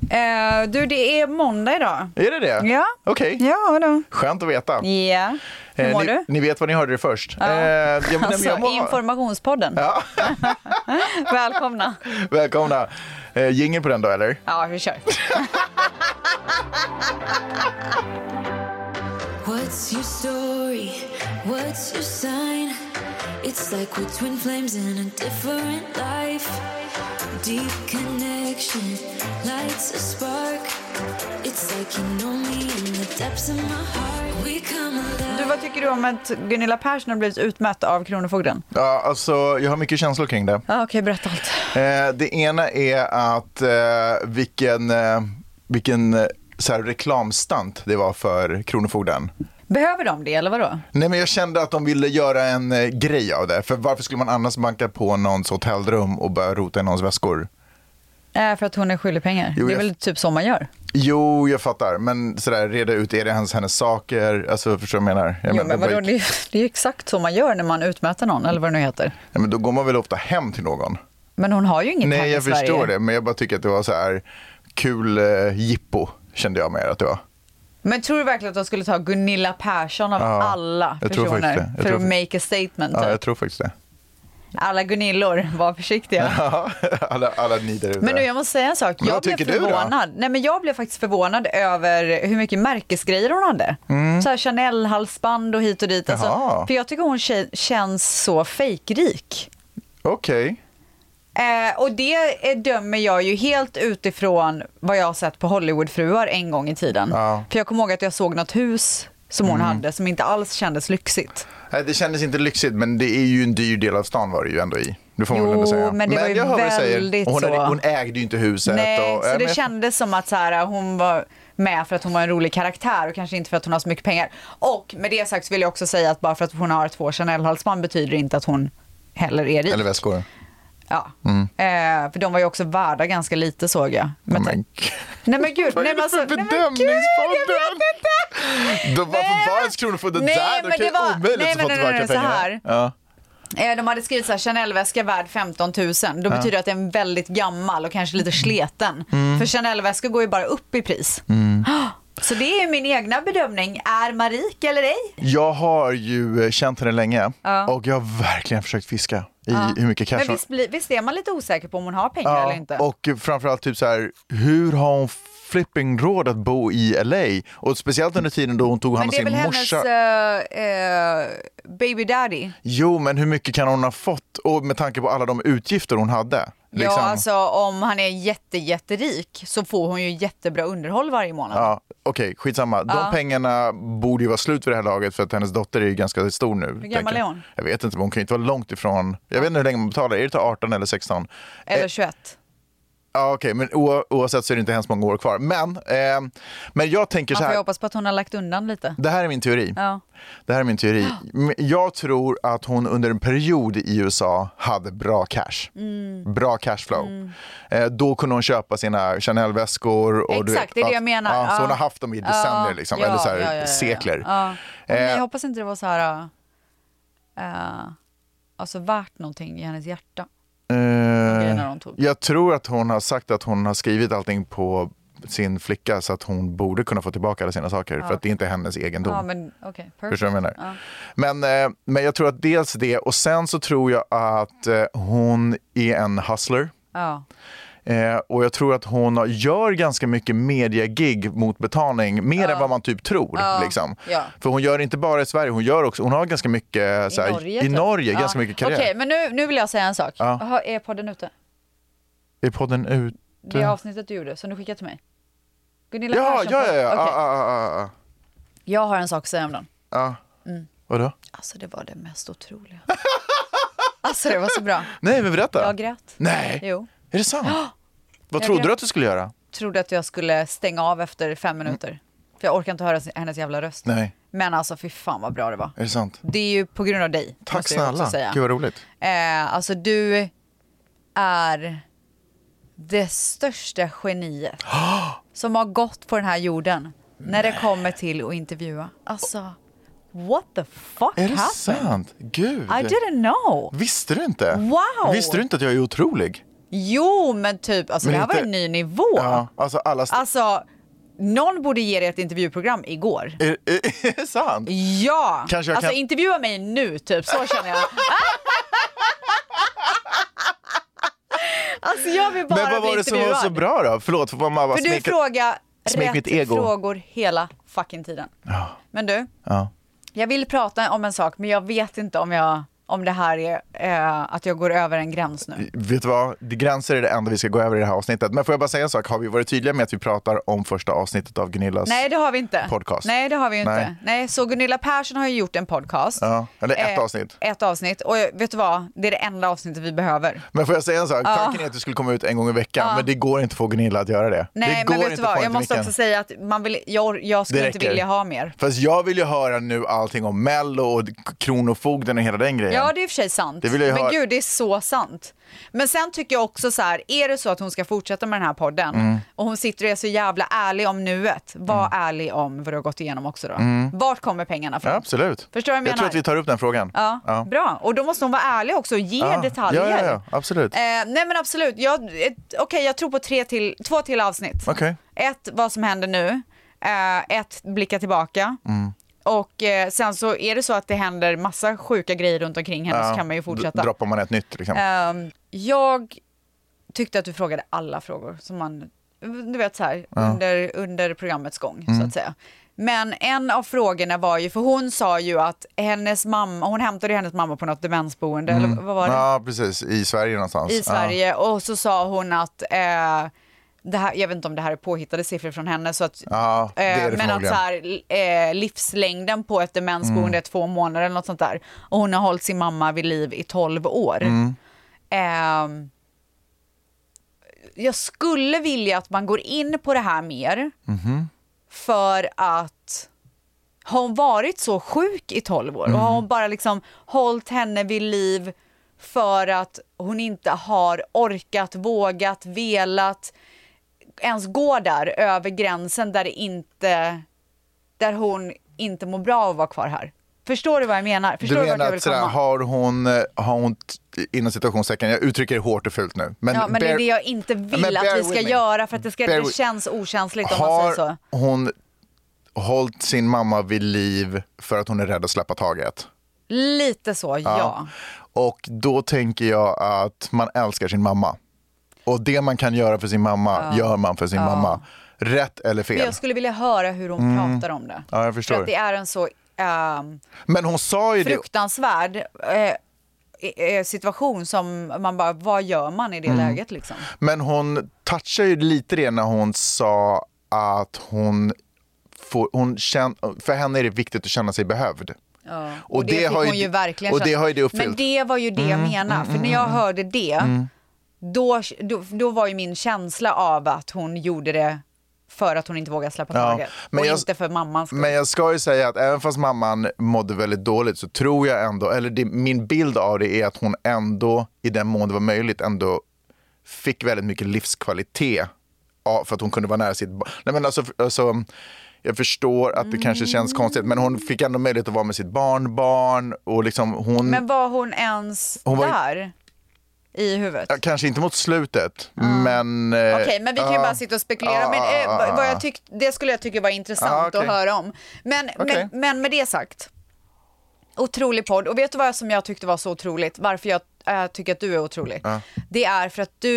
Du, det är måndag idag. Är det det? Ja. Okej. Ja då. Skönt att veta. Ja. Hur mår du? Ni vet vad ni hörde det först. Ja. Informationspodden. Ja. Välkomna. Välkomna. Jingel på den då, eller? Ja, vi kör. What's your story? What's your sign? It's like we're twin flames in a different life. Deep connection lights a spark. It's like you know me in the depths of my heart. We come alive. Du, vad tycker du om att Gunilla Persson har blivit utmätt av Kronofogden? Ja, alltså jag har mycket känslor kring det. Ja, okej, berätta allt. Det ena är att vilken så här reklamstant det var för Kronofogden. Behöver de det eller vadå? Nej, men jag kände att de ville göra en grej av det. För varför skulle man annars banka på någons hotellrum och börja rota i någons väskor? För att hon är skyldig pengar. Jo, det är väl typ så man gör. Jo, jag fattar. Men sådär, reda ut, är det hennes saker? Alltså, förstår du vad jag menar? Men vadå, det är ju exakt så man gör när man utmäter någon, eller vad det nu heter. Ja, men då går man väl ofta hem till någon. Men hon har ju inget hem i Nej, jag Sverige. förstår det. Men jag bara tycker att det var så här kul jippo, kände jag mer att det var. Men tror du verkligen att de skulle ta Gunilla Persson av alla personer för att make a statement? Ja, jag tror faktiskt det. Alla Gunillor, var försiktiga. Ja, alla ni där ute. Men nu, jag måste säga en sak. Men Jag vad blev tycker förvånad. Nej, men jag blev faktiskt förvånad över hur mycket märkesgrejer hon hade. Så här Chanel-halsband och hit och dit. Alltså, för jag tycker hon känns så fejkrik. Okej. Och det dömer jag ju helt utifrån vad jag har sett på Hollywoodfruar en gång i tiden. Ja. För jag kommer ihåg att jag såg något hus som hon hade som inte alls kändes lyxigt. Nej, det kändes inte lyxigt, men det är ju en dyr del av stan var det ju ändå i. Det får man väl ändå säga. Men det var ju jag hör vad du väldigt säger. så. Hon ägde ju inte huset. Nej, och, så det men kändes som att så här, hon var med för att hon var en rolig karaktär och kanske inte för att hon har så mycket pengar. Och med det sagt så vill jag också säga att bara för att hon har 2 Chanel-halsband betyder inte att hon heller är rik. Eller väskor. Ja, för de var ju också värda ganska lite, såg jag. Men nej men gud, vad är det för bedömningspodden? Varför var ens Kronofogden där? Men Det är omöjligt att få tillbaka pengar. Ja. De hade skrivit så här, Chanel-väska värd 15 000. Då betyder det att den är väldigt gammal och kanske lite sleten. För Chanel-väska går ju bara upp i pris. Så det är min egna bedömning. Är man rik eller ej? Jag har ju känt henne länge och jag har verkligen försökt fiska i hur mycket cash. Men visst är man lite osäker på om hon har pengar eller inte? Och framförallt typ så här, hur har hon flipping råd att bo i LA? Och speciellt under tiden då hon tog hand om sin morsa. Men det är väl hennes baby daddy? Jo, men hur mycket kan hon ha fått? Och med tanke på alla de utgifter hon hade. Liksom. Ja, alltså om han är jätterik så får hon ju jättebra underhåll varje månad. Ja, okej, skitsamma. De pengarna borde ju vara slut för det här laget för att hennes dotter är ju ganska stor nu. Hur gammal är hon? Jag vet inte, men hon kan inte vara långt ifrån. Jag vet inte hur länge man betalar. Är det till 18 eller 16? Eller 21? Ja, okej, men oavsett så är det inte hemskt många år kvar. Men jag tänker så här. Jag hoppas på att hon har lagt undan lite. Det här är min teori. Ja. Det här är min teori. Jag tror att hon under en period i USA hade bra cash. Bra cashflow. Då kunde hon köpa sina Chanel-väskor. Och exakt, det är det jag menar. Så hon har haft dem i decennier liksom, eller så här, sekler. Jag hoppas inte det var så här alltså värt någonting i hennes hjärta. Jag tror att hon har sagt att hon har skrivit allting på sin flicka så att hon borde kunna få tillbaka alla sina saker för att det inte är hennes egendom. Ja, men okej, förstår du vad jag menar? Men jag tror att dels det, och sen så tror jag att hon är en hustler. Ja. Och jag tror att hon gör ganska mycket media-gig mot betalning, mer än vad man typ tror. Liksom. För hon gör inte bara i Sverige, hon har ganska mycket så här, i Norge ganska mycket karriär. Okej, men nu vill jag säga en sak. Är podden ute? Är podden ute? Det avsnittet du gjorde, som du skickade till mig. Gunilla Persson. Ja. Jag har en sak att säga om den. Vadå? Alltså det var det mest otroliga. Alltså det var så bra. Nej, men berätta. Jag grät. Nej. Jo. Är det sant? Vad trodde du att du skulle göra? Trodde att jag skulle stänga av efter 5 minuter. För jag orkar inte höra hennes jävla röst. Nej. Men alltså fy fan vad bra det var. Är det sant? Det är ju på grund av dig. Tack snälla. Gud vad roligt. Alltså du är det största geniet som har gått på den här jorden när det kommer till att intervjua. Alltså, what the fuck är det happened? Sant? Gud. I didn't know. Visste du inte? Wow. Visste du inte att jag är otrolig? Jo, men typ, alltså, men det här var en ny nivå. Ja, alltså, någon borde ge dig ett intervjuprogram igår. Är det sant? Ja, alltså intervjua mig nu typ, så känner jag. Alltså jag vill bara. Men vad var det som var så bra då? Förlåt, för du frågar rätt frågor hela fucking tiden. Ja. Men du, jag vill prata om en sak, men jag vet inte om det här är att jag går över en gräns nu. Vet du vad? Gränser är det enda vi ska gå över i det här avsnittet. Men får jag bara säga en sak? Har vi varit tydliga med att vi pratar om första avsnittet av Gunillas Nej, det har vi inte. Podcast? Nej, det har vi inte. Nej, så Gunilla Persson har ju gjort en podcast. Ja, eller ett avsnitt. Ett avsnitt. Och vet du vad? Det är det enda avsnittet vi behöver. Men får jag säga en sak? Tanken är att det skulle komma ut en gång i veckan. Men det går inte för Gunilla att göra det. Nej, det går men vet du vad? Jag måste också säga att jag skulle inte vilja ha mer. Fast jag vill ju höra nu allting om Mello och Kronofogden och hela den grejen. Ja, det är i och för sig sant. Men gud, det är så sant. Men sen tycker jag också så här, är det så att hon ska fortsätta med den här podden och hon sitter och är så jävla ärlig om nuet, var ärlig om vad du har gått igenom också då. Vart kommer pengarna från? Ja, absolut. Förstår du vad jag menar? Jag tror att vi tar upp den frågan. Ja. Bra. Och då måste hon vara ärlig också och ge detaljer. Ja, absolut. Nej, men absolut. Jag tror på 2 till avsnitt. Okay. 1, vad som händer nu. 1, blicka tillbaka. Och sen så är det så att det händer massa sjuka grejer runt omkring henne, så kan man ju fortsätta. Droppar man ett nytt liksom. Jag tyckte att du frågade alla frågor som man, du vet så här, under programmets gång så att säga. Men en av frågorna var ju, för hon sa ju att hon hämtade hennes mamma på något demensboende, eller vad var det? Ja, precis, i Sverige någonstans. I Sverige, och så sa hon att det här, jag vet inte om det här är påhittade siffror från henne, så att, det är det men att så här, livslängden på ett demensboende är 2 månader eller något sånt där. Och hon har hållit sin mamma vid liv i 12 år. Jag skulle vilja att man går in på det här mer. För att har hon varit så sjuk i 12 år och har hon bara liksom hållit henne vid liv för att hon inte har orkat, vågat, velat ens gå där över gränsen där hon inte mår bra av att vara kvar här. Förstår du vad jag menar? Förstår du menar att sådär, har hon inom situationstecken, jag uttrycker det hårt och fult nu. Men det är det jag inte vill att vi ska göra, för att det känns okänsligt om man säger så. Har hon hållit sin mamma vid liv för att hon är rädd att släppa taget? Lite så, ja. Och då tänker jag att man älskar sin mamma. Och det man kan göra för sin mamma gör man för sin mamma. Rätt eller fel. Men jag skulle vilja höra hur hon pratar om det. Ja, jag förstår. För att det är en så men hon sa ju fruktansvärd situation som man bara, vad gör man i det läget liksom? Men hon touchade ju lite det när hon sa att för henne är det viktigt att känna sig behövd. Ja, och det fick hon ju verkligen. Och det har ju det uppfyllt. Men det var ju det jag menar. För när jag hörde det, då var ju min känsla av att hon gjorde det för att hon inte vågar släppa taget. Och inte för mammans skull. Men jag ska ju säga att även fast mamman mådde väldigt dåligt, så tror jag ändå, min bild av det är att hon ändå, i den mån det var möjligt, ändå fick väldigt mycket livskvalitet för att hon kunde vara nära sitt barn. Nej, men alltså jag förstår att det kanske känns konstigt, men hon fick ändå möjlighet att vara med sitt barnbarn och liksom hon... Men var hon ens där? I huvudet? Kanske inte mot slutet, men... Okej, men vi kan ju bara sitta och spekulera. Men det skulle jag tycka var intressant att höra om. Men med det sagt, otrolig podd. Och vet du vad som jag tyckte var så otroligt? Varför jag tycker att du är otrolig? Det är för att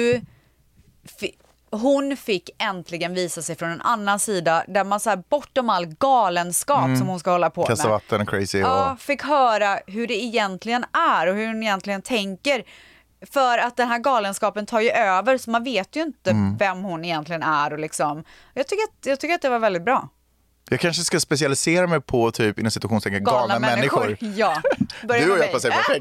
hon fick äntligen visa sig från en annan sida, där man så här, bortom all galenskap som hon ska hålla på med. Kasta vatten och crazy. Fick höra hur det egentligen är och hur hon egentligen tänker. För att den här galenskapen tar ju över, så man vet ju inte vem hon egentligen är. Och liksom. Jag tycker att det var väldigt bra. Jag kanske ska specialisera mig på typ inom situationstecken galna människor. Ja. Du och jag passar perfekt.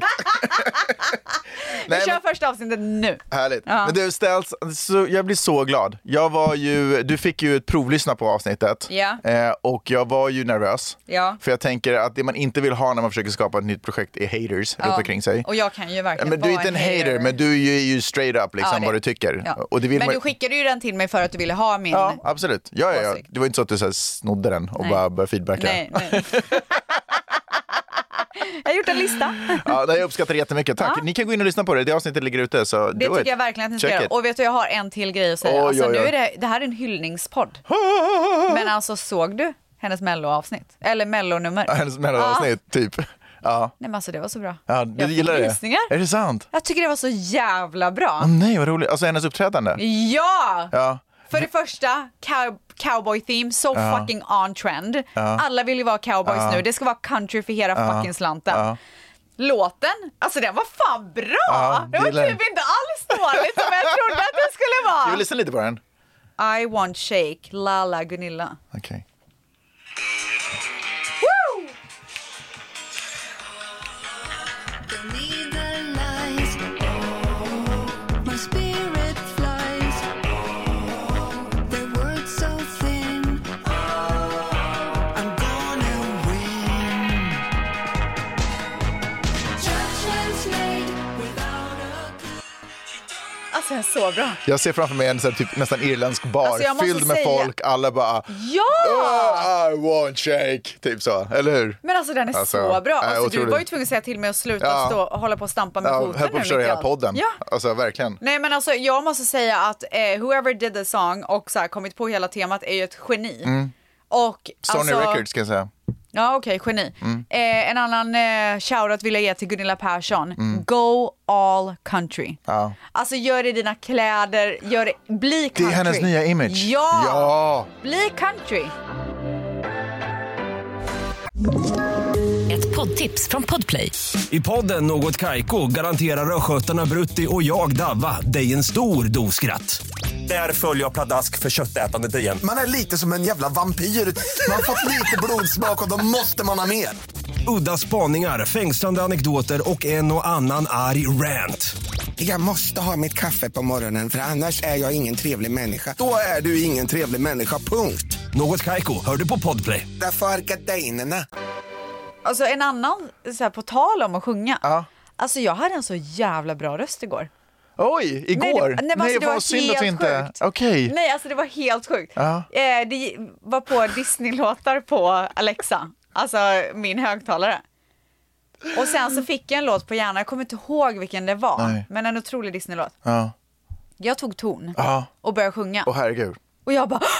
Vi kör första avsnittet nu. Härligt. Ja. Men du ställs, så jag blir så glad. Du fick ju ett provlyssna på avsnittet. Ja. Och jag var ju nervös. Ja. För jag tänker att det man inte vill ha när man försöker skapa ett nytt projekt är haters runt omkring sig. Och jag kan ju verkligen men du är inte en hater, men du är ju straight up liksom vad du tycker. Ja. Och det vill men du skickade ju den till mig för att du ville ha min. Ja, absolut. Ja. Det var inte så att du så här snodde den och bara började feedbacka. Nej. Jag har gjort en lista. Ja, jag uppskattar det jättemycket. Tack. Ni kan gå in och lyssna på det. Det avsnittet ligger ute. Så det tycker jag verkligen att ni ska göra. Och vet du, jag har en till grej att säga. Nu är det här är en hyllningspodd. Men alltså, såg du hennes melloavsnitt? Eller mellonummer? Ja, hennes melloavsnitt, typ. Ja. Nej, men alltså det var så bra. Ja, du gillar det? Är det sant? Jag tycker det var så jävla bra. Nej, vad roligt. Alltså hennes uppträdande. Ja. För det första, cowboy theme, so fucking on trend. Alla vill ju vara cowboys nu. Det ska vara country för hela fucking slanten. Låten, alltså den var fan bra. Det var typ inte alls dåligt som jag trodde att det skulle vara. Jag vill lyssna lite på den. I want shake, Lala Gunilla. Okej. Alltså, så bra. Jag ser framför mig en sån här, typ, nästan irländsk bar fylld med folk. Alla bara I want shake. Typ så, eller hur? Men alltså den är så bra. Alltså, du var ju tvungen att säga till mig att sluta stå och hålla på och stampa med foten. Höll på att köra hela podden. Alltså verkligen. Nej, men alltså jag måste säga att whoever did the song och så här, kommit på hela temat är ju ett geni. Och Sony Records ska jag säga. Ja, okej, geni. En annan shoutout vill jag ge till Gunilla Persson. Go all country. Alltså gör det i dina kläder, bli country. Det är hennes nya image. Ja. Bli country. Ett poddtips från Podplay. I podden Något Kaiko garanterar röskötarna Brutti och jag Davva dig en stor doskratt. Där följer jag pladask för köttätandet igen. Man är lite som en jävla vampyr. Man har fått lite blodsmak och då måste man ha mer. Udda spaningar, fängslande anekdoter och en och annan arg rant. Jag måste ha mitt kaffe på morgonen för annars är jag ingen trevlig människa. Då är du ingen trevlig människa, punkt. Något Kaiko, hör du på Podplay. Därför är gardinerna. Alltså en annan, så här, på tal om att sjunga. Alltså jag hade en så jävla bra röst igår. Oj, igår? Nej, det var synd att vi inte... Okej. Nej, alltså det var helt sjukt. Det var på Disney-låtar på Alexa. Alltså min högtalare. Och sen så fick jag en låt på hjärnan. Jag kommer inte ihåg vilken det var. Nej. Men en otrolig Disney-låt. Jag tog ton och började sjunga. Herregud. Och jag bara...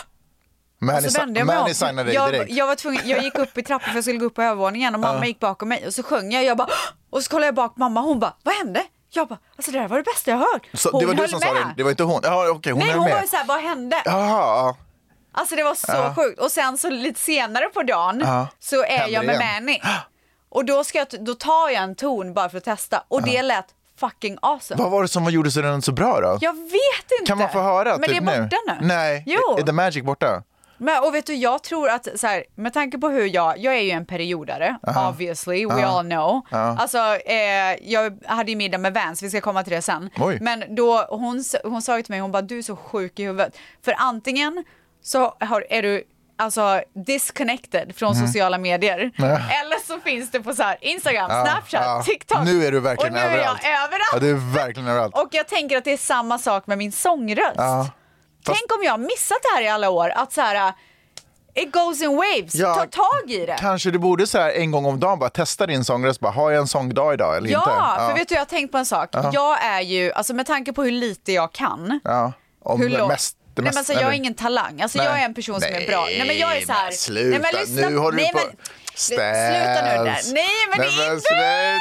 Manny signade dig direkt. Jag gick upp i trappan för jag skulle gå upp på övervåningen. Och mamma gick bakom mig. Och så sjöng jag. Och så kollade jag bak mamma. Hon bara, vad hände? Jag bara, alltså det där var det bästa jag hört. Så det var du som sa det? Det var inte hon? Okej, hon var ju såhär, vad hände? Alltså det var så sjukt. Och sen så lite senare på dagen så är jag med Manny. Och då tar jag en ton bara för att testa. Och det lät fucking awesome. Vad var det som gjorde den så bra då? Jag vet inte. Kan man få höra? Men typ det är borta nu. Nej, är the magic borta? Men, och vet du, jag tror att så här, med tanke på hur jag är ju en periodare, obviously, we all know. Alltså, jag hade ju middag med Vans, vi ska komma till det sen. Oj. Men då, hon sa ju till mig, hon bara, du är så sjuk i huvudet. För antingen så är du alltså disconnected från sociala medier. Eller så finns det på så här Instagram, Snapchat, TikTok. Nu är du verkligen överallt. Och nu överallt. är jag överallt. Ja, du är verkligen överallt. Och jag tänker att det är samma sak med min sångröst. Tänk om jag har missat det här i alla år. Att så här, it goes in waves. Ta tag i det. Kanske du borde så här en gång om dagen bara testa din sångröst. Bara, har jag en sångdag idag eller inte? För vet du, jag har tänkt på en sak. Jag är ju, alltså med tanke på hur lite jag kan. Om hur mest. Nej, men alltså, jag är ingen talang. Alltså, jag är en person som är bra. Nej, men jag är så här. Sluta. Nej, men lyssna. Nu har du på... Sluta nu där. Nej, men det är inte...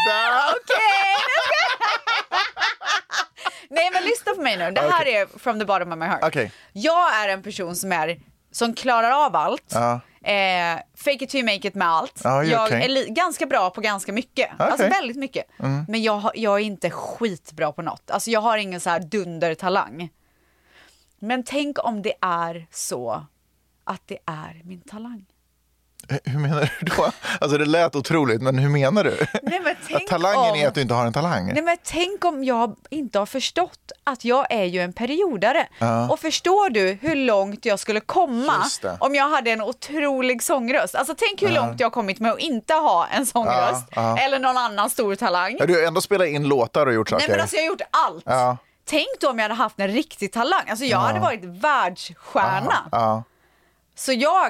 Okej. Nej, men lyssna på mig nu. Det här är from the bottom of my heart. Jag är en person som klarar av allt. Fake it till you make it med allt. Jag är ganska bra på ganska mycket. Alltså väldigt mycket. Men jag är inte skitbra på något. Alltså jag har ingen så här dundertalang. Men tänk om det är så att det är min talang. Hur menar du då? Alltså det lät otroligt, men hur menar du? Nej, men att talangen är att du inte har en talang. Nej, men tänk om jag inte har förstått att jag är ju en periodare. Och förstår du hur långt jag skulle komma om jag hade en otrolig sångröst? Alltså tänk hur långt jag har kommit med att inte ha en sångröst. Eller någon annan stor talang. Du har ändå spelat in låtar och gjort saker. Nej, men alltså jag har gjort allt. Tänk då om jag hade haft en riktig talang. Alltså jag hade varit världsstjärna. Så jag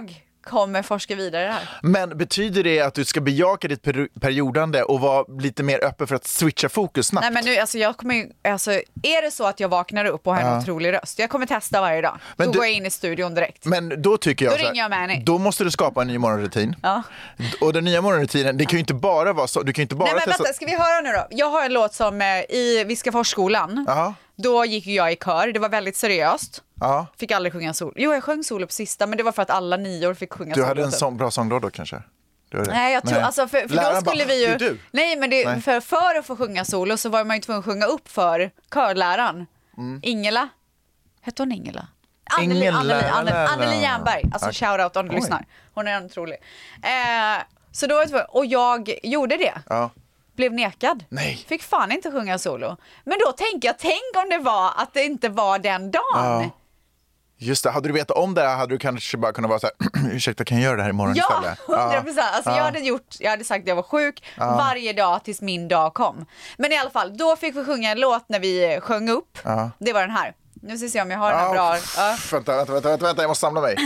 kommer forska vidare här. Men betyder det att du ska bejaka ditt periodande och vara lite mer öppen för att switcha fokus snabbt? Nej, men nu, är det så att jag vaknar upp och har en otrolig röst, jag kommer testa varje dag. Men då går jag in i studion direkt. Men då tycker jag, då ringer jag Manny. Då måste du skapa en ny morgonrutin. Ja. Och den nya morgonrutinen, det kan ju inte bara vara så. Du kan ju inte bara Nej, men vänta, ska vi höra nu då? Jag har en låt som i Viskaforsskolan. Då gick jag i kör, det var väldigt seriöst. Fick aldrig sjunga solo. Jo, jag sjöng solo på sista, men det var för att alla 9 år fick sjunga solo. Du hade en sån bra sång då kanske? Nej, jag tror, alltså för då skulle vi ju... Du. Nej, men för att få sjunga solo så var man ju tvungen att sjunga upp för körläraren. Ingela. Hette hon Ingela? Anneli Jernberg. Alltså shoutout om du lyssnar. Hon är otrolig. Så då var jag tvungen, och jag gjorde det. Blev nekad. Nej. Fick fan inte sjunga solo. Men då tänker jag, tänk om det var att det inte var den dagen. Just det, hade du vetat om det här hade du kanske bara kunnat vara så här, ursäkta, kan jag göra det här imorgon istället? 100%. Alltså jag hade sagt att jag var sjuk varje dag tills min dag kom. Men i alla fall, då fick vi sjunga en låt när vi sjöng upp. Det var den här. Nu ska vi se om jag har den här bra. Vänta, jag måste samla mig.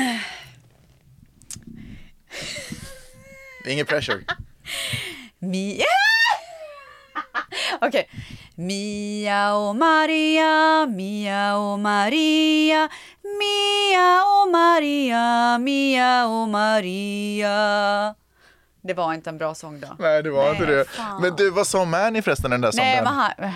Ingen pressure. Okej. Mia och Maria, Mia och Maria, Mia och Maria, Mia och Maria. Det var inte en bra sång då. Nej, det var inte det. Fan. Men du, vad sa Manny förresten den där sången? Nej, men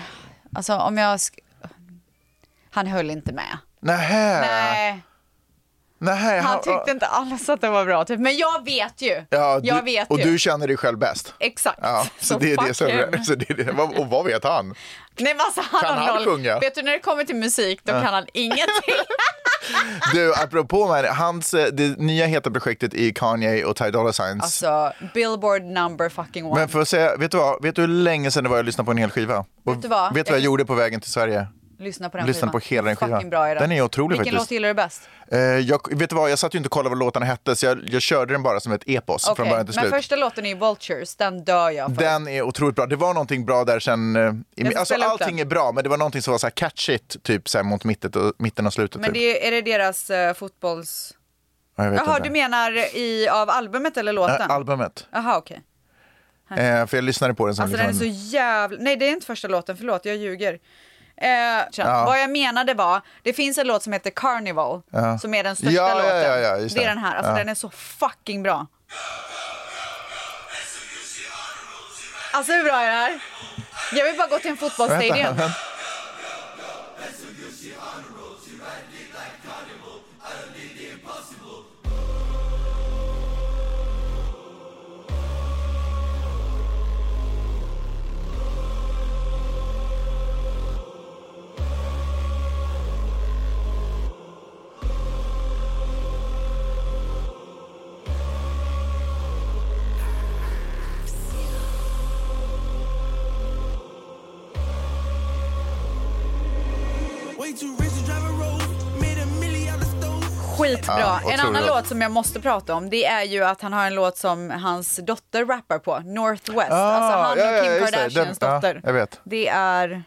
han höll inte med. Nej. Han tyckte inte alls att det var bra typ. Men jag vet ju. Och du känner dig själv bäst. Exakt. Så det är det som är. Och vad vet han? Nej, men alltså, kan han sjunga? Vet du, när det kommer till musik då kan han ingenting. Du, apropå det nya heta projektet i Kanye och Ty Dolla Signs. Alltså, Billboard number fucking one. Men för att säga, vet du hur länge sedan det var jag lyssnade på en hel skiva? Vet du vad jag gjorde på vägen till Sverige? Lyssna på den skivan. På hela den skivan. Bra är den är otrolig. Vilken låt gillar du bäst? Vet du vad, jag satt ju inte och kollade vad låtarna hette, så jag körde den bara som ett epos från början till slut. Men första låten är ju Vultures, den dör jag för. Den är otroligt bra. Det var någonting bra där sen. Alltså allting är bra, men det var någonting som var så här catchigt typ så här mot mitten och slutet. Men typ. Är det deras fotbolls... Jaha, du menar av albumet eller låten? Albumet. Jaha, okej. För jag lyssnade på den som alltså den är så jävla... Nej, det är inte första låten, förlåt, jag ljuger. Vad jag menade var, det finns en låt som heter Carnival som är den största låten. Just det är den här, alltså den är så fucking bra. Alltså hur bra är det här? Jag vill bara gå till en fotbollsstadion. Skitbra. En annan låt som jag måste prata om, det är ju att han har en låt som hans dotter rappar på, Northwest. Alltså han och Kim Kardashians dotter. Jag vet. Det är...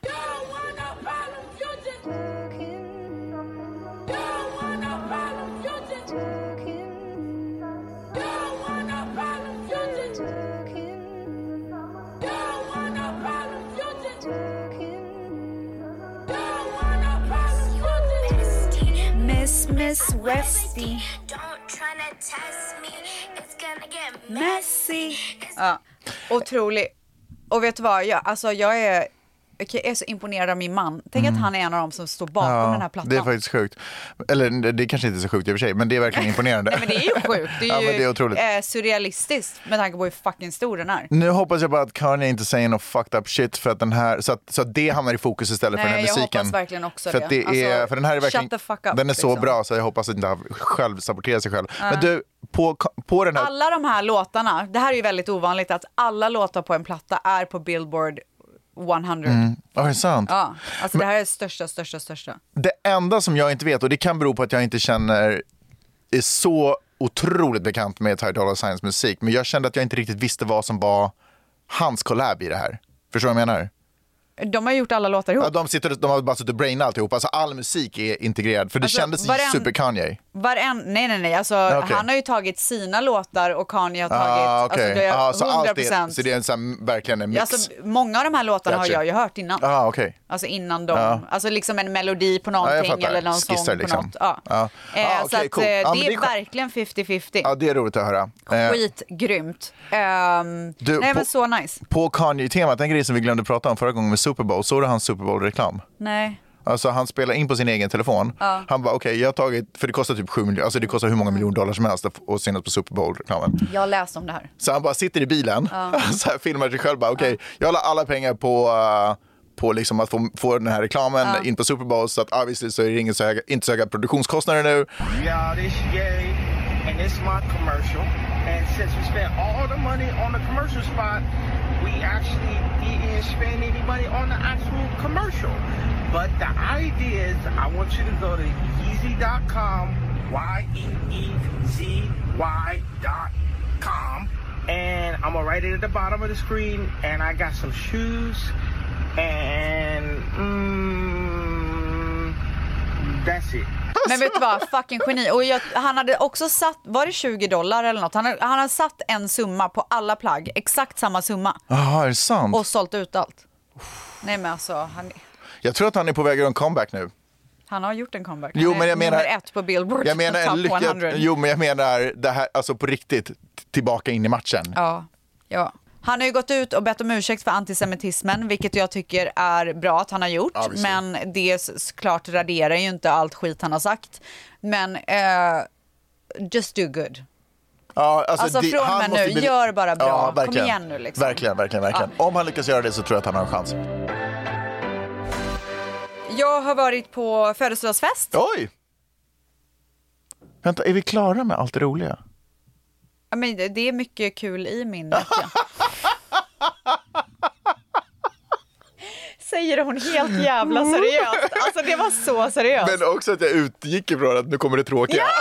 Miss Westy. Messy. Ja, otrolig. Och vet du vad, jag är så imponerad av min man. Tänk att han är en av dem som står bakom den här plattan. Det är faktiskt sjukt. Eller det är kanske inte är så sjukt i och för sig, men det är verkligen imponerande. Nej, men det är ju sjukt. Det är ju det är otroligt. Surrealistiskt med tanke på hur fucking stor den är. Nu hoppas jag bara att Kanye inte säger något fucked up shit för att den här, så att det hamnar i fokus istället för den här musiken. Jag hoppas verkligen också för det. För den här är verkligen, shut the fuck up, den är så bra så jag hoppas att inte själv saboterar sig själv. Men du, på den här... Alla de här låtarna, det här är ju väldigt ovanligt att alla låtar på en platta är på Billboard 100. Ja, det är sant. Ja, alltså det här är största. Det enda som jag inte vet, och det kan bero på att jag inte är så otroligt bekant med Ty Dolla Signs musik, men jag kände att jag inte riktigt visste vad som var hans collab i det här. Förstår du vad jag menar? De har gjort alla låtar ihop. Ja, de har bara suttit och brainat alltihop. Alltså all musik är integrerad. För det kändes super Kanye. Nej. Alltså, han har ju tagit sina låtar och Kanye har tagit... Okay. Alltså, det är 100%. Så det är en sån, verkligen en mix. Alltså, många av de här låtarna har jag ju hört innan. Okay. Alltså innan de... Alltså liksom en melodi på någonting eller någon sång på något. Så att, cool. det är verkligen 50-50. Ja, det är roligt att höra. Skitgrymt. Men så nice. På Kanye-temat, en grej som vi glömde prata om förra gången med Super Bowl, såg du hans Super Bowl-reklam? Nej. Alltså han spelar in på sin egen telefon. Han bara okej, jag har tagit, för det kostar typ 7 miljoner, alltså det kostar hur många miljoner dollar som helst att synas på Super Bowl-reklamen. Jag har läst om det här. Så han bara sitter i bilen, så här filmar sig själv bara okej, jag la alla pengar på liksom att få den här reklamen in på Super Bowl, så att obviously så är det inte så höga produktionskostnader nu. Yeah, this Ye, and this is my commercial. And since we spent all the money on the commercial spot, we actually didn't spend any money on the actual commercial. But the idea is I want you to go to Yeezy.com, YEEZY.com, and I'm gonna write it at the bottom of the screen, and I got some shoes, and that's it. Men vet du vad, fucking geni. Och han hade också satt, var det $20 eller något? Han hade satt en summa på alla plagg, exakt samma summa. Jaha, är det sant? Och sålt ut allt. Nej men alltså, jag tror att han är på väg att göra en comeback nu. Han har gjort en comeback. Jo, men jag menar, nummer 1 på Billboard. Jag menar en lyckad, jo, men jag menar det här, alltså på riktigt, tillbaka in i matchen. Ja. Han har ju gått ut och bett om ursäkt för antisemitismen, vilket jag tycker är bra att han har gjort. Men det såklart raderar ju inte allt skit han har sagt. Men just do good. Ja, alltså från han nu, gör bara bra. Kom igen nu liksom. Verkligen. Om han lyckas göra det så tror jag att han har en chans. Jag har varit på födelsedagsfest. Oj! Vänta, är vi klara med allt det roliga? Ja, men det är mycket kul i min vecka. Säger hon helt jävla seriöst. Alltså det var så seriöst. Men också att jag utgick ifrån att nu kommer det tråkiga. Ja!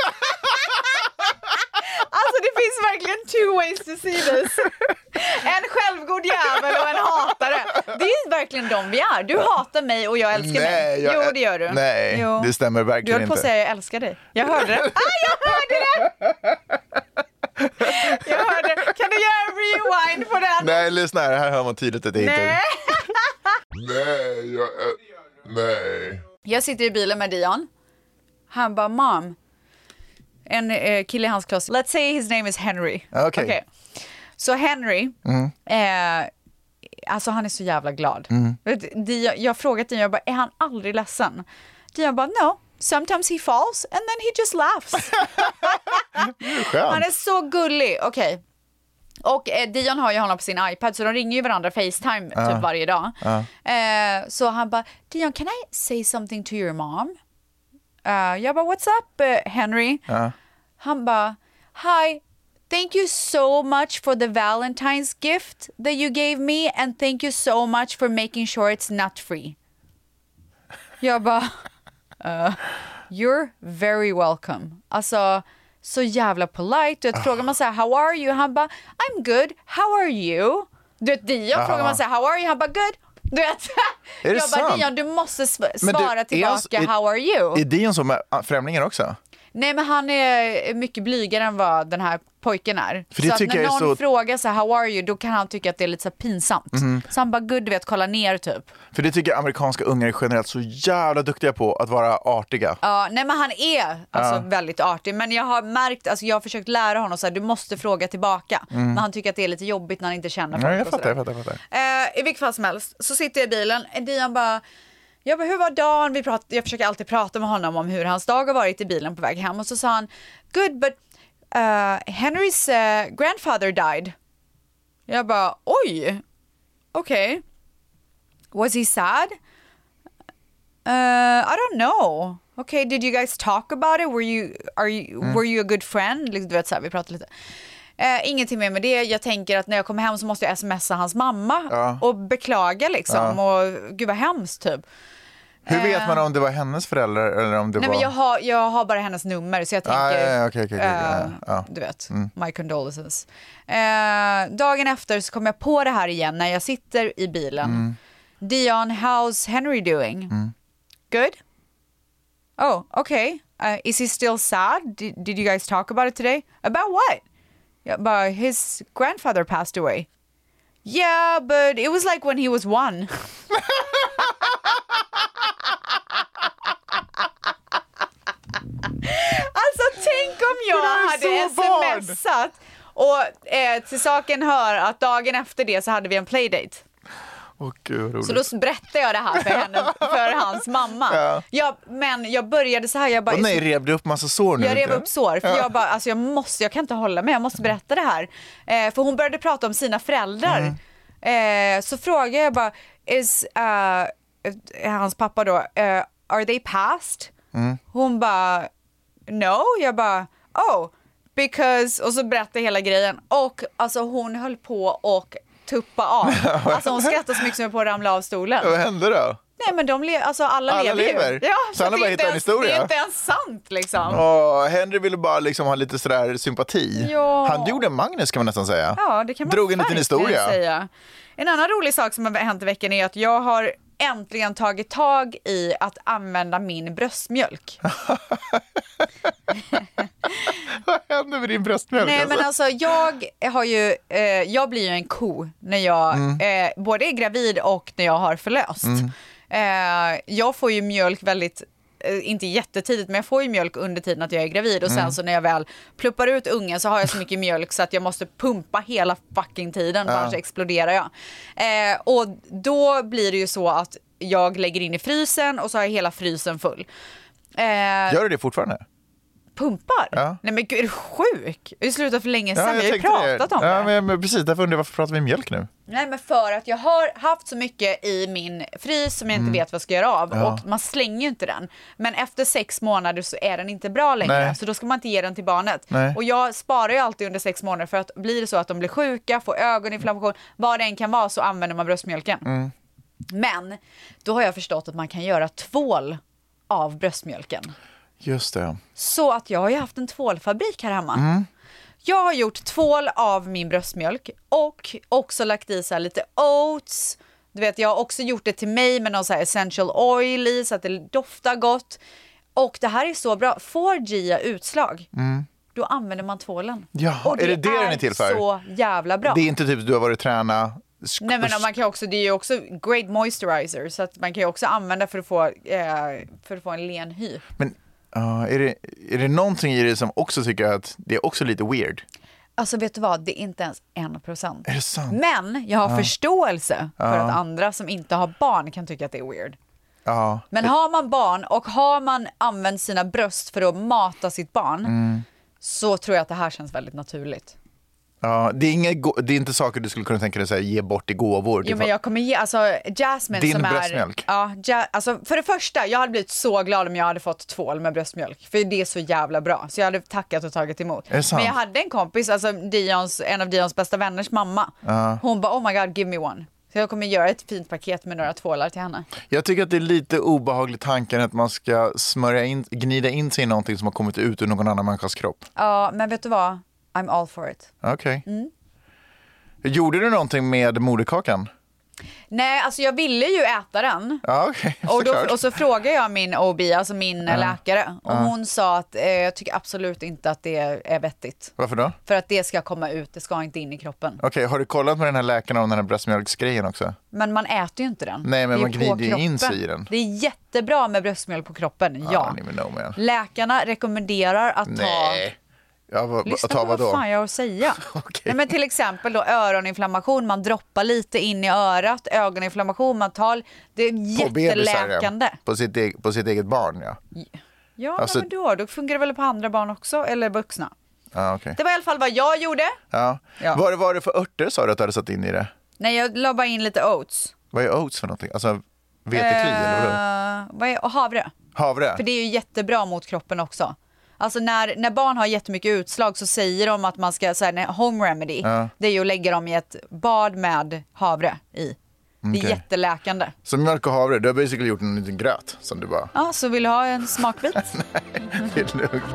Alltså det finns verkligen two ways to see this. En självgod jävel och en hatare. Det är verkligen de vi är. Du hatar mig och jag älskar dig. Jo, det gör du. Nej, det stämmer verkligen inte. Du höll på att säga jag älskar dig. Jag hörde det. Jag hörde det! Jag hörde. Kan du göra en rewind på den? Nej, lyssna här hör man tydligt att det inte är. Nej. Jag sitter i bilen med Dion. Han bara, mom. En kille i hans klass. Let's say his name is Henry. Okay. Så Henry, alltså han är så jävla glad. Jag har frågat Dion, jag bara, är han aldrig ledsen? Dion bara, no. Sometimes he falls and then he just laughs. Han är så gullig. Okej. Och Dion har ju honom på sin iPad, så de ringer ju varandra FaceTime typ varje dag. Så han bara, Dion, can I say something to your mom? Jag bara, what's up, Henry? Han bara, hi, thank you so much for the Valentine's gift that you gave me, and thank you so much for making sure it's nut free. Jag bara, you're very welcome. Alltså, så jävla polite. Du frågar man så här, how are you? Han bara, I'm good. How are you? Du vet, Dion frågar man så här, how are you? Han bara, good. Du vet, jag bara, Dion, du måste svara tillbaka, how are you? Är Dion som främlingar också? Nej, men han är mycket blygare än vad den här pojken är. För det så att när någon så... frågar så här, how are you, då kan han tycka att det är lite så pinsamt. Så han bara, good, du vet, kolla ner typ. För det tycker amerikanska ungar är generellt så jävla duktiga på att vara artiga. Ja, nej men han är alltså väldigt artig. Men jag har märkt, alltså jag har försökt lära honom så här, du måste fråga tillbaka. Men han tycker att det är lite jobbigt när han inte känner folk. Nej, jag fattar. I vilket fall som helst, så sitter jag i bilen, Dion bara, jag bara, hur var dagen? Jag försöker alltid prata med honom om hur hans dag har varit i bilen på väg hem. Och så sa han, good, but Henrys grandfather died. Jag bara, oj, okay. Was he sad? I don't know. Okay, did you guys talk about it? Were you a good friend? Liksom, du vet, så här, vi pratade lite. Ingenting mer med det. Jag tänker att när jag kommer hem så måste jag smsa hans mamma och beklaga liksom. Och gud vad hemskt typ. Hur vet man om det var hennes föräldrar eller om det var... Nej, men jag har bara hennes nummer, så jag tänker... Okay. Du vet, my condolences. Dagen efter så kom jag på det här igen när jag sitter i bilen. Dion, how's Henry doing? Good? Oh, okay. Is he still sad? Did you guys talk about it today? About what? Yeah, but his grandfather passed away. Yeah, but it was like when he was 1. Alltså, tänk om jag hade smsat och till saken hör att dagen efter det så hade vi en playdate. Gud, så då berättade jag det här för henne, för hans mamma. Men jag började så här. Jag bara, nej, rev du upp massa sår nu? Jag rev upp sår. För jag bara, alltså jag kan inte hålla med. Jag måste berätta det här. För hon började prata om sina föräldrar. Så frågade jag bara, hans pappa då, are they passed? Hon bara, no. Jag bara, oh, because... Och så berättade hela grejen. Och alltså hon höll på och tuppa av. Alltså hon skrattade så mycket som jag på att ramla av stolen. Vad hände då? Nej, men alla lever ju. Ja, så han har bara hittat en historia. Det är inte ens sant liksom. Henry ville bara liksom ha lite sådär sympati. Ja. Han gjorde Magnus, kan man nästan säga. Ja, det kan man drog en liten historia. Säga. En annan rolig sak som har hänt i veckan är att jag har äntligen tagit tag i att använda min bröstmjölk. Vad händer med din bröstmjölk? Nej, men alltså jag blir ju en ko när jag både är gravid och när jag har förlöst. Jag får ju mjölk väldigt, inte jättetidigt, men jag får ju mjölk under tiden att jag är gravid. Och sen så när jag väl pluppar ut ungen så har jag så mycket mjölk så att jag måste pumpa hela fucking tiden, annars exploderar jag. Och då blir det ju så att jag lägger in i frysen och så har jag hela frysen full. Gör du det fortfarande? Pumpar? Ja. Nej men gud, är du sjuk? Jag slutade för länge sedan, vi har ju pratat om det. Ja, men precis, därför undrar jag varför pratar vi mjölk nu? Nej, men för att jag har haft så mycket i min frys som jag inte vet vad jag ska göra av. Och man slänger ju inte den. Men efter 6 månader så är den inte bra längre. Nej. Så då ska man inte ge den till barnet. Nej. Och jag sparar ju alltid under 6 månader för att blir det så att de blir sjuka, får ögoninflammation, vad det än kan vara, så använder man bröstmjölken. Men då har jag förstått att man kan göra tvål av bröstmjölken. Just det. Så att jag har ju haft en tvålfabrik här hemma. Jag har gjort tvål av min bröstmjölk och också lagt i så här lite oats. Du vet, jag har också gjort det till mig med någon så här essential oil i så att det doftar gott. Och det här är så bra. Får Gia utslag, då använder man tvålen. Ja, och är det den är till för? Så jävla bra. Det är inte typ du har varit träna. Nej, men man kan också, det är ju också great moisturizer, så att man kan ju också använda för att få en len hy. Men är det någonting i det som också tycker att det är också lite weird? Alltså vet du vad, det är inte ens 1%. Är det sant? Men jag har förståelse för att andra som inte har barn kan tycka att det är weird. Men har man barn och har man använt sina bröst för att mata sitt barn, så tror jag att det här känns väldigt naturligt. Ja, det är inte saker du skulle kunna tänka dig att ge bort i gåvor. Jo, men jag kommer ge, alltså Jasmine din som bröstmjölk. Alltså för det första, jag hade blivit så glad om jag hade fått tvål med bröstmjölk, för det är så jävla bra. Så jag hade tackat och tagit emot. Men jag hade en kompis, alltså en av Dions bästa vänners mamma. Hon bara, oh my god, give me one. Så jag kommer göra ett fint paket med några tvålar till henne. Jag tycker att det är lite obehagligt tanken att man ska gnida in sig i någonting som har kommit ut ur någon annan människas kropp. Ja, men vet du vad? I'm all for it. Okej. Gjorde du någonting med moderkakan? Nej, alltså jag ville ju äta den. Ja, okej. Och så frågade jag min OB, alltså min läkare. Och hon sa att jag tycker absolut inte att det är vettigt. Varför då? För att det ska komma ut, det ska inte in i kroppen. Okej, har du kollat med den här läkaren om den här bröstmjölksgrejen också? Men man äter ju inte den. Nej, men man glider ju in sig i den. Det är jättebra med bröstmjölk på kroppen, ja. Läkarna rekommenderar att ta... Lyssna på vad fan jag har att säga. Okay. Nej, men till exempel då öroninflammation, man droppar lite in i örat, ögoninflammation, man tar, det är jätteläkande. På sitt eget barn, Ja, alltså, men då fungerar det väl på andra barn också, eller vuxna. Okay. Det var i alla fall vad jag gjorde. Ja. Vad var det för örter sa du att du hade satt in i det? Nej, jag la bara in lite oats. Vad är oats för någonting? Alltså vetekli eller vad är havre? Havre? För det är ju jättebra mot kroppen också. Alltså när barn har jättemycket utslag så säger de att man ska, så här, home remedy, det är ju att lägga dem i ett bad med havre i. Det är jätteläkande. Så mjölk och havre, du har basically gjort en liten gröt som du bara... Ja, så vill du ha en smakbit? Nej, det är lugnt.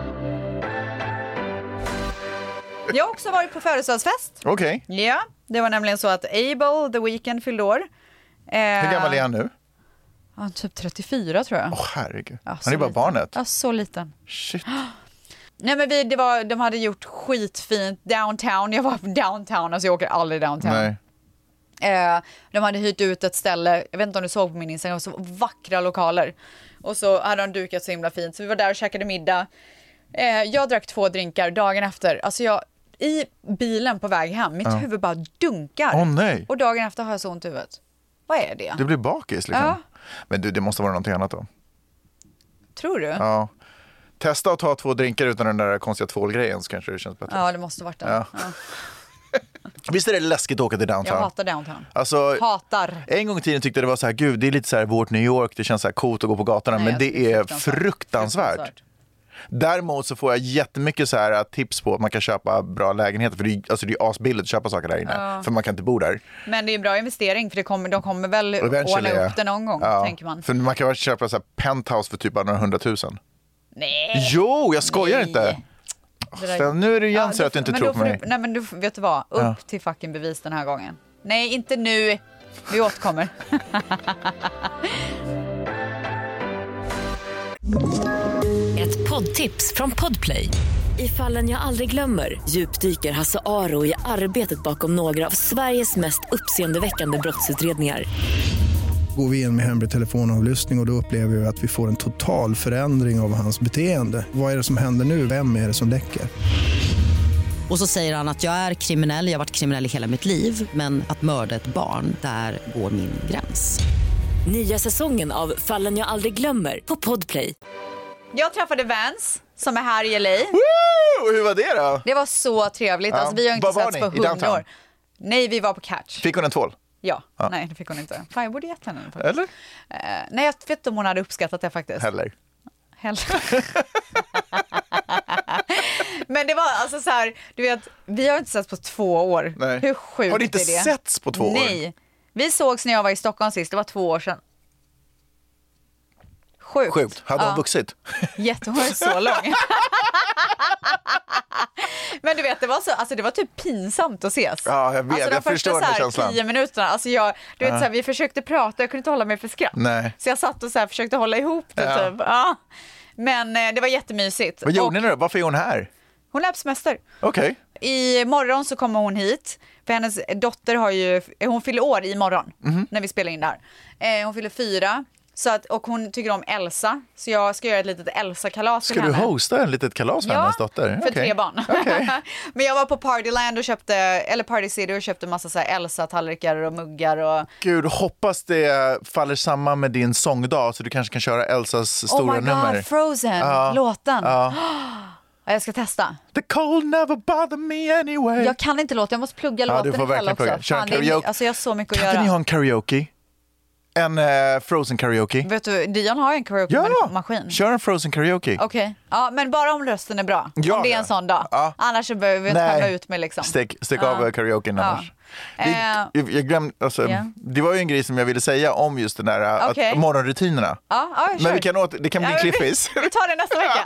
Jag har också varit på födelsedagsfest. Okej. Ja, det var nämligen så att Abel The Weeknd fyllde år. Hur gammal är han nu? Han typ 34 tror jag. Herregud. Ja, han är bara liten. barnet. Ja, så liten. Shit. Nej, men de hade gjort skitfint downtown. Jag var på downtown, alltså jag åker aldrig downtown. Nej. De hade hyrt ut ett ställe, jag vet inte om du såg på min Instagram, så vackra lokaler. Och så hade de dukat så himla fint. Så vi var där och käkade middag. Jag drack 2 drinkar dagen efter. Alltså i bilen på väg hem, mitt huvud bara dunkar. Nej. Och dagen efter har jag så ont i huvudet. Vad är det? Du blir bakis liksom. Ja. Men det måste vara någonting annat då. Tror du? Ja. Testa att ta 2 drinkar utan den där konstiga tvålgrejen så kanske det känns bättre. Ja, det måste varit det. Ja. Visst är det läskigt att åka till downtown? Jag hatar downtown. Alltså, hatar. En gång i tiden tyckte jag det var så här, gud, det är lite så här vårt New York, det känns så här coolt att gå på gatorna, men det är fruktansvärt. Däremot så får jag jättemycket så här tips på att man kan köpa bra lägenheter, för det är asbilligt att köpa saker där inne, för man kan inte bo där. Men det är en bra investering, för de kommer väl ordna upp det någon gång, tänker man. För man kan väl köpa så här penthouse för typ bara några 100 000. Nej. Jo, jag skojar inte. Nu är det igen så att du inte tror på mig. Nej, men vet du vad? Upp till fucking bevis den här gången. Nej, inte nu. Vi återkommer. Ett poddtips från Podplay. I Fallen jag aldrig glömmer djupdyker Hasse Aro i arbetet bakom några av Sveriges mest uppseendeväckande brottsutredningar. Går vi in med hemlig telefonavlyssning och då upplever vi att vi får en total förändring av hans beteende. Vad är det som händer nu? Vem är det som läcker? Och så säger han att jag är kriminell, jag har varit kriminell i hela mitt liv, men att mörda ett barn, där går min gräns. Nya säsongen av Fallen jag aldrig glömmer på Podplay. Jag träffade Vans som är här i LA. Woo! Hur var det då? Det var så trevligt. Alltså, vi har inte setts på 100 år. Nej, vi var på Catch. Fick hon en tvål? Ja, nej det fick hon inte. Fan, jag borde gett henne faktiskt. Eller? Nej, jag vet inte om hon hade uppskattat det faktiskt. Heller. Men det var alltså så här, du vet, vi har inte setts på 2 år. Nej. Hur sjukt har ni inte är det? setts på 2 år? Nej. Vi sågs när jag var i Stockholm sist, det var 2 år sedan. Sjukt. Hade hon vuxit? Hon är så lång. Men du vet, det var typ pinsamt att ses. Ja, jag vet. Alltså, jag förstår den känslan. 10 minuterna, alltså du vet, så här, vi försökte prata, jag kunde inte hålla mig för skratt. Nej. Så jag satt och så här, försökte hålla ihop det typ. Ja. Men det var jättemysigt. Vad gjorde ni då? Varför är hon här? Hon är på semester. Okej. I morgon så kommer hon hit. För hennes dotter hon fyller år i morgon när vi spelar in där. Hon fyller 4. Så och hon tycker om Elsa. Så jag ska göra ett litet Elsa-kalas till henne. Ska du hosta ett litet kalas för hennes dotter? För 3 barn. Okay. Men jag var på Partyland och Party City och köpte massa så här Elsa-tallrikar och muggar. Och... Gud, hoppas det faller samman med din sångdag så du kanske kan köra Elsas stora nummer. Oh my god, Frozen-låten. Jag ska testa. The cold never bother me anyway. Jag kan inte låta, jag måste plugga låten. Du får verkligen plugga. Kör en karaoke. Alltså jag har så mycket att göra. Kan ni ha en karaoke? En Frozen karaoke. Vet du, Dion har en karaoke-maskin. Kör en Frozen karaoke. Okej. Ja, men bara om rösten är bra. Om det är en sån dag. Annars så behöver vi inte skämma ut mig liksom. Stick av karaoken annars. Jag glömde, alltså, det var ju en grej som jag ville säga om just den där att morgonrutinerna. Men det kan bli cliffis. Vi tar det nästa vecka.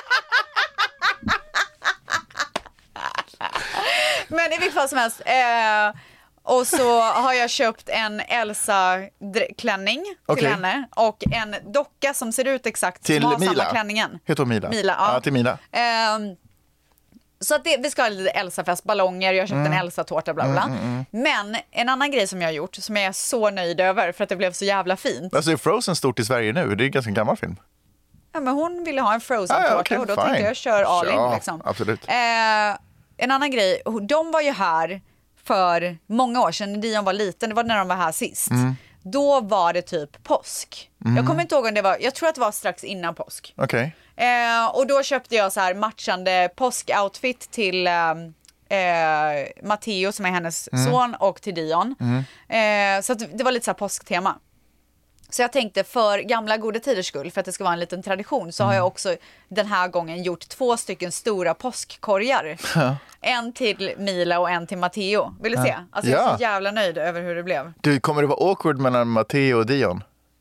Men i vilket fall som helst. Och så har jag köpt en Elsa-klänning till henne och en docka som ser ut exakt till som har Mila. samma klänningen. Heter hon Mila? Mila, ja. Till Mila. Så att vi ska ha lite Elsa-fest, ballonger, jag har köpt en Elsa-tårta, bla bla. Men en annan grej som jag har gjort, som jag är så nöjd över för att det blev så jävla fint. Alltså är Frozen stort i Sverige nu? Det är en ganska gammal film. Ja, men hon ville ha en Frozen-tårta och då tänkte jag kör all in liksom. Absolut. En annan grej, de var ju här för många år sedan när Dion var liten, det var när de var här sist. Då var det typ påsk. Jag kommer inte ihåg om det var, jag tror att det var strax innan påsk. Okej. Och då köpte jag så här matchande påskoutfit till Matteo som är hennes son och till Dion. Så att det var lite så här påsktema. Så jag tänkte för gamla goda tiders skull, för att det ska vara en liten tradition, så har jag också den här gången gjort 2 stycken stora påskkorgar. En till Mila och en till Matteo. Vill du se? Alltså jag är så jävla nöjd över hur det blev. Du, kommer det vara awkward mellan Matteo och Dion?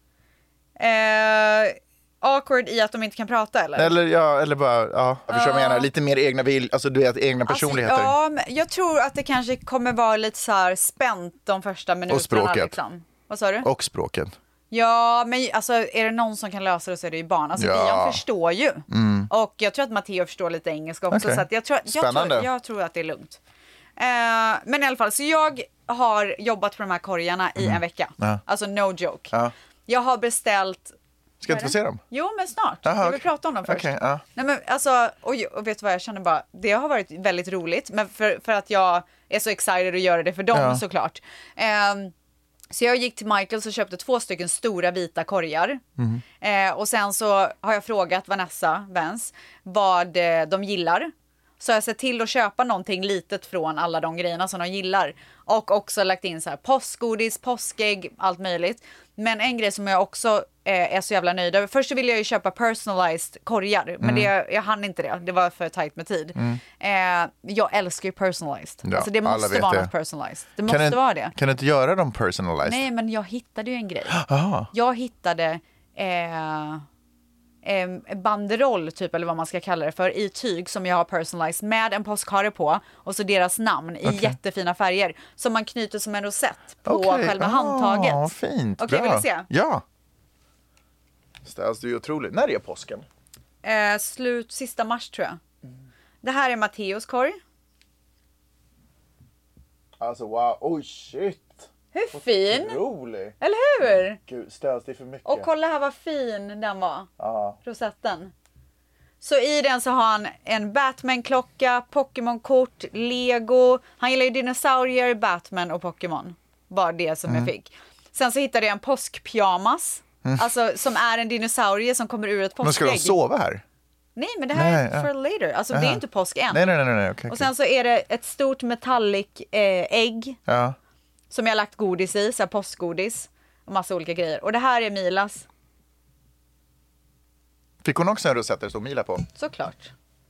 Awkward i att de inte kan prata eller? Eller bara, jag förstår vad jag menar. Lite mer egna personligheter. Ja, jag tror att det kanske kommer vara lite så här spänt de första minuterna. Och språket. Liksom. Vad sa du? Och språket. Ja, men alltså är det någon som kan lösa det så är det ju barn. Alltså Dion förstår ju. Och jag tror att Matteo förstår lite engelska också. Så att jag tror att det är lugnt. Men i alla fall, så jag har jobbat på de här korgarna i en vecka. Alltså no joke. Jag har beställt... Ska jag inte få se dem? Jo, men snart. Jag vill prata om dem först. Nej, men alltså, och vet du vad, jag känner bara, det har varit väldigt roligt. Men för att jag är så excited att göra det för dem såklart. Så jag gick till Michaels och köpte 2 stycken stora vita korgar. Och sen så har jag frågat Vanessa Vance vad de gillar. Så jag har sett till att köpa någonting litet från alla de grejerna som de gillar. Och också lagt in så här påskgodis, påskägg, allt möjligt. Men en grej som jag också är så jävla nöjd över. Först så ville jag ju köpa personalized korgar. Men jag hann inte det. Det var för tajt med tid. Jag älskar ju personalized. Ja, alltså det måste vara något personalized. Det måste vara det. Kan du inte göra dem personalized? Nej, men jag hittade ju en grej. Jag hittade... banderoll typ, eller vad man ska kalla det för, i tyg som jag har personalized med en påskhare på och så deras namn i jättefina färger som man knyter som en rosett på själva handtaget. Fint. Okej, vill du se? Ja. Ställs du är otroligt. När är påsken? Sista mars tror jag. Det här är Matteos korg. Alltså wow, oj shit. Hur fin? Otrolig. Eller hur? Gud, ställs det för mycket. Och kolla här vad fin den var. Rosetten. Så i den så har han en Batman-klocka, Pokémon-kort, Lego. Han gillar ju dinosaurier, Batman och Pokémon. Bara det som jag fick. Sen så hittade jag en påskpyjamas. Alltså som är en dinosaurie som kommer ur ett påskägg. Men ska de sova här? Nej, men det här är for later. Alltså det är inte påsk än. Nej. Okay, och sen så är det ett stort metallic ägg. Som jag har lagt godis i, så här påskgodis och massa olika grejer. Och det här är Milas. Fick hon också en rosett där det stod Mila på? Såklart.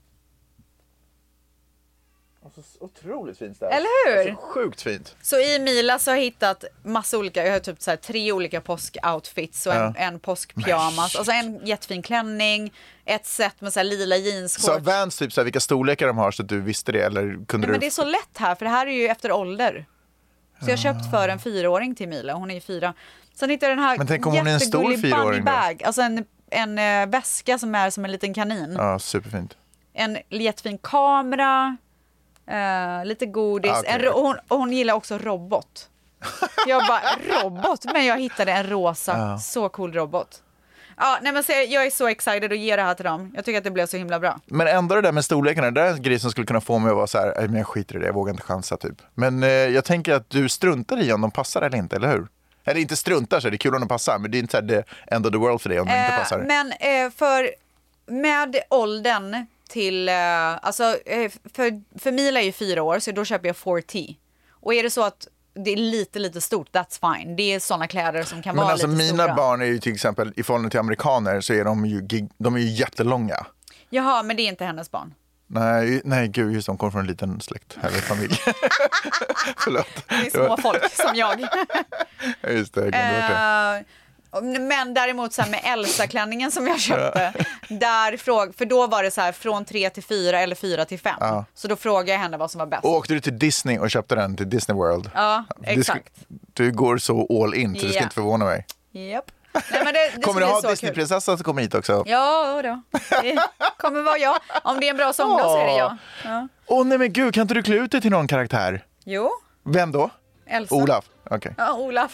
Alltså, otroligt fint där. Eller hur? Alltså, sjukt fint. Så i Milas har jag hittat massa olika, jag har typ så här 3 olika påskoutfits och en påskpyjamas. Och så en jättefin klänning, ett set med så här lila jeansshorts. Så Vans typ så här, vilka storlekar de har så att du visste det eller kunde men det är så lätt här för det här är ju efter ålder. Så jag har köpt för en 4-åring till Mila. Hon är ju 4. Sen hittade jag den här. Men tänk om hon är en stor 4-åring bag. Alltså en väska som är som en liten kanin. Ja, superfint. En jättefin kamera. Lite godis. Hon gillar också robot. Jag bara, robot? Men jag hittade en rosa, så cool robot. Ja, nej men jag är så excited att ge det här till dem. Jag tycker att det blev så himla bra. Men ändå det där med storlekarna, det är en grej som skulle kunna få mig att vara så här, men jag skiter i det, jag vågar inte chansa typ. Men jag tänker att du struntar i om de passar eller inte, eller hur? Eller inte struntar så det är kul om de passar, men det är inte så här the end of the world för det om de inte passar. Men med åldern till, alltså för Mila är ju 4 år så då köper jag 4T. Och är det så att det är lite stort, that's fine. Det är såna kläder som kan vara alltså, lite stora. Men alltså mina barn är ju till exempel, i förhållande till amerikaner så är de är ju jättelånga. Jaha, men det är inte hennes barn. Nej gud, just de kommer från en liten släkt, härlig familj. Förlåt. Det är små folk som jag. Just det, jag glömde det. Men däremot så här med Elsa-klänningen som jag köpte, för då var det så här från 3 till 4 eller 4 till 5. Så då frågade jag henne vad som var bäst. Och åkte du till Disney och köpte den till Disney World? Ja, exakt. Du går så all in så det ska inte förvåna mig. Japp. Nej, men det kommer du ha Disney-prinsessa som kommer hit också? Ja då. Det kommer vara jag. Om det är en bra sång då så är det jag. Nej men gud, kan inte du klä ut dig till någon karaktär? Jo. Vem då? Elsa. Olaf? Okay. Ja, Olaf.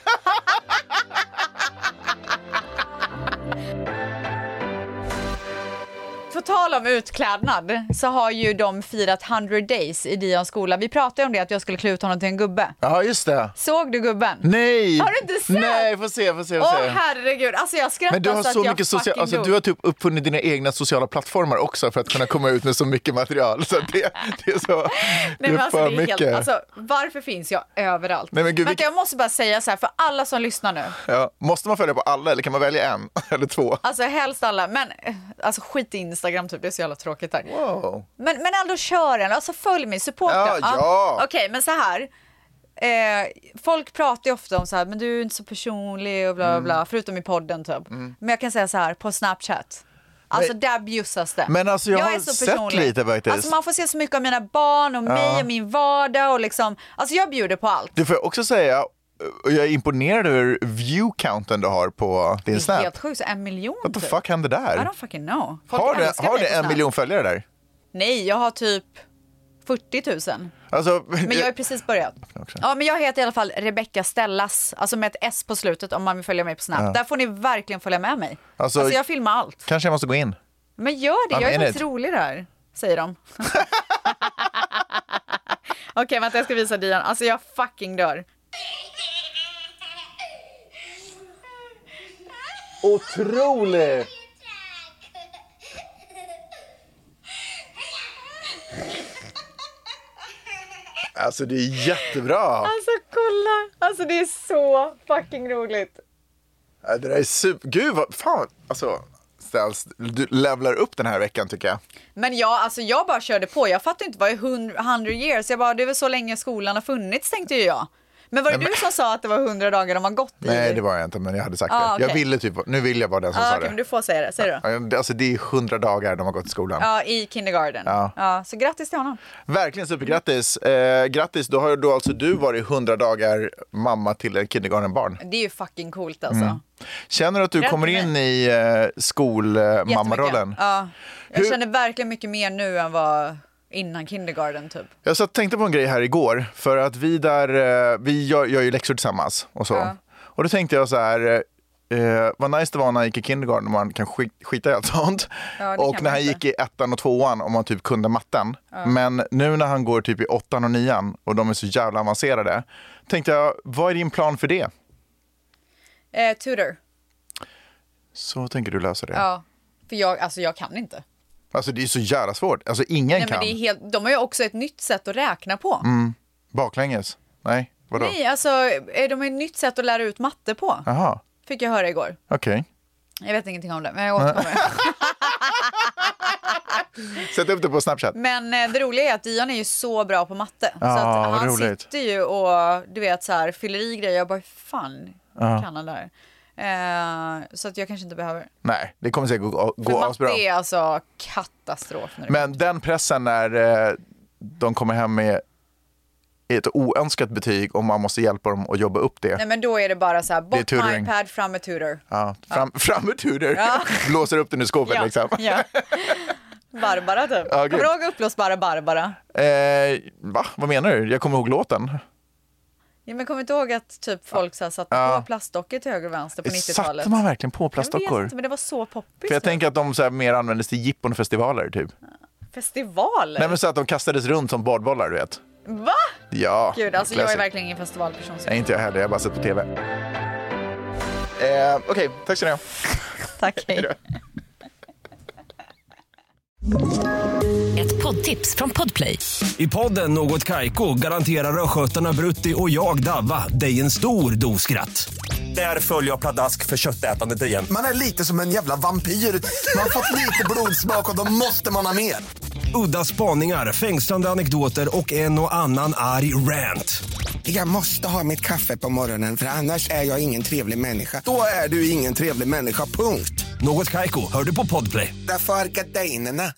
På tal om utklädnad så har ju de firat 100 days i Dions skola. Vi pratade om det, att jag skulle klä ut honom till en gubbe. Ja, just det. Såg du gubben? Nej! Har du inte sett? Nej, får se. Herregud, alltså jag skrattar. Men du har så mycket du har typ uppfunnit dina egna sociala plattformar också för att kunna komma ut med så mycket material. Så det är så... Nej, men alltså, det är mycket. Alltså, varför finns jag överallt? Nej, men gud, jag måste bara säga så här, för alla som lyssnar nu. Ja, måste man följa på alla eller kan man välja en eller 2? Alltså helst alla, men alltså skit i Instagram typ, det är så jävla tråkigt där. Wow. Men ändå kör den, alltså följ mig, support Ja. Okej, men så här. Folk pratar ju ofta om så här, men du är inte så personlig och bla bla, förutom i podden typ. Men jag kan säga så här, på Snapchat. Alltså där bjussas det. Men alltså jag har sett lite faktiskt. Alltså man får se så mycket av mina barn och mig och min vardag och liksom, alltså jag bjuder på allt. Du får också säga, jag är imponerad över view-counten du har på din Snap. Det är helt sjukt, 1 miljon. What the fuck hände där? I don't fucking know. Har du 1 miljon följare där? Nej, jag har typ 40 000. Alltså, men jag har precis börjat. Ja, men jag heter i alla fall Rebecca Stellas, alltså med ett S på slutet om man vill följa mig på Snap. Där får ni verkligen följa med mig. Alltså jag filmar allt. Kanske jag måste gå in. Men gör det, jag är faktiskt rolig där, säger de. Okej, vänta, jag ska visa Dian. Alltså jag fucking dör. Otroligt! Alltså det är jättebra. Alltså kolla, alltså det är så fucking roligt. Det där är super... Gud vad fan, alltså Ställs, du levlar upp den här veckan tycker jag. Men jag bara körde på. Jag fattar inte vad är 100 years. Jag bara, det är väl så länge skolan har funnits, tänkte ju jag. Men var det du som sa att det var 100 dagar de har gått i? Nej, det var jag inte, men jag hade sagt det. Okay. Jag ville typ, nu vill jag vara den som sa det. Men du får säga det, säger du. Alltså det är 100 dagar de har gått i skolan. Ja, i kindergarten. Ja, så grattis till honom. Verkligen supergrattis. Grattis, då har alltså du varit 100 dagar mamma till en kindergartenbarn. Det är ju fucking coolt alltså. Känner du att du kommer in i skolmammarollen? Ja, jag känner verkligen mycket mer nu än vad... innan kindergarten typ. Jag tänkte på en grej här igår. För att vi gör ju läxor tillsammans och så. Ja. Och då tänkte jag så här, vad nice det var när han gick i kindergarten och man kan skita i allt sånt. Ja, och när han gick i 1:an och 2:an och man typ kunde matten. Ja. Men nu när han går typ i 8:an och 9:an och de är så jävla avancerade, tänkte jag, vad är din plan för det? Tutor. Så tänker du lösa det? Ja, för jag kan inte. Alltså det är så jävla svårt. Alltså ingen kan. Men det är de har ju också ett nytt sätt att räkna på. Baklänges? Nej, vadå? Nej, alltså de har ett nytt sätt att lära ut matte på. Aha. Fick jag höra igår. Okej. Jag vet ingenting om det, men jag återkommer. Sätt upp det på Snapchat. Men det roliga är att Dion är ju så bra på matte. Så att han roligt. Sitter ju och du vet så här, fyller i grejer. Jag bara, fan kan han där? Så att jag kanske inte behöver. Nej, det kommer säkert gå asbra. För matte är alltså katastrof. Men den pressen när de kommer hem med ett oönskat betyg och man måste hjälpa dem att jobba upp det. Nej, men då är det bara så här, bort med iPad, fram med tutor. Ja, fram med tutor. Ja. Blåser upp den i skåpet liksom. Ja. Barbara typ. Kommer du ihåg uppblåsbara Barbara? Va? Vad menar du? Jag kommer ihåg låten. Ja, men kommer inte ihåg att typ folk så här, satt på plastdockor till höger och vänster på 90-talet? Satte man verkligen på plastdockor? Jag vet inte, men det var så poppis. För jag tänker att de så här, mer användes till jippon och festivaler typ. Festivaler? Nej, men så att de kastades runt som badbollar, du vet. Va? Ja. Gud, alltså jag är verkligen ingen festivalperson. Nej, inte jag heller. Jag har bara sett på tv. Okej, tack så mycket. Tack, hej. Ett poddtips från Podplay. I podden Något Kaiko garanterar röskötarna Brutti och jag Davva dig en stor doskratt. Där följer jag pladask för köttätandet igen. Man är lite som en jävla vampyr. Man har fått lite blodsmak och då måste man ha mer. Udda spaningar, fängslande anekdoter och en och annan arg rant. Jag måste ha mitt kaffe på morgonen för annars är jag ingen trevlig människa. Då är du ingen trevlig människa, punkt. Något Kaiko, hör du på Podplay. Därför är gardinerna.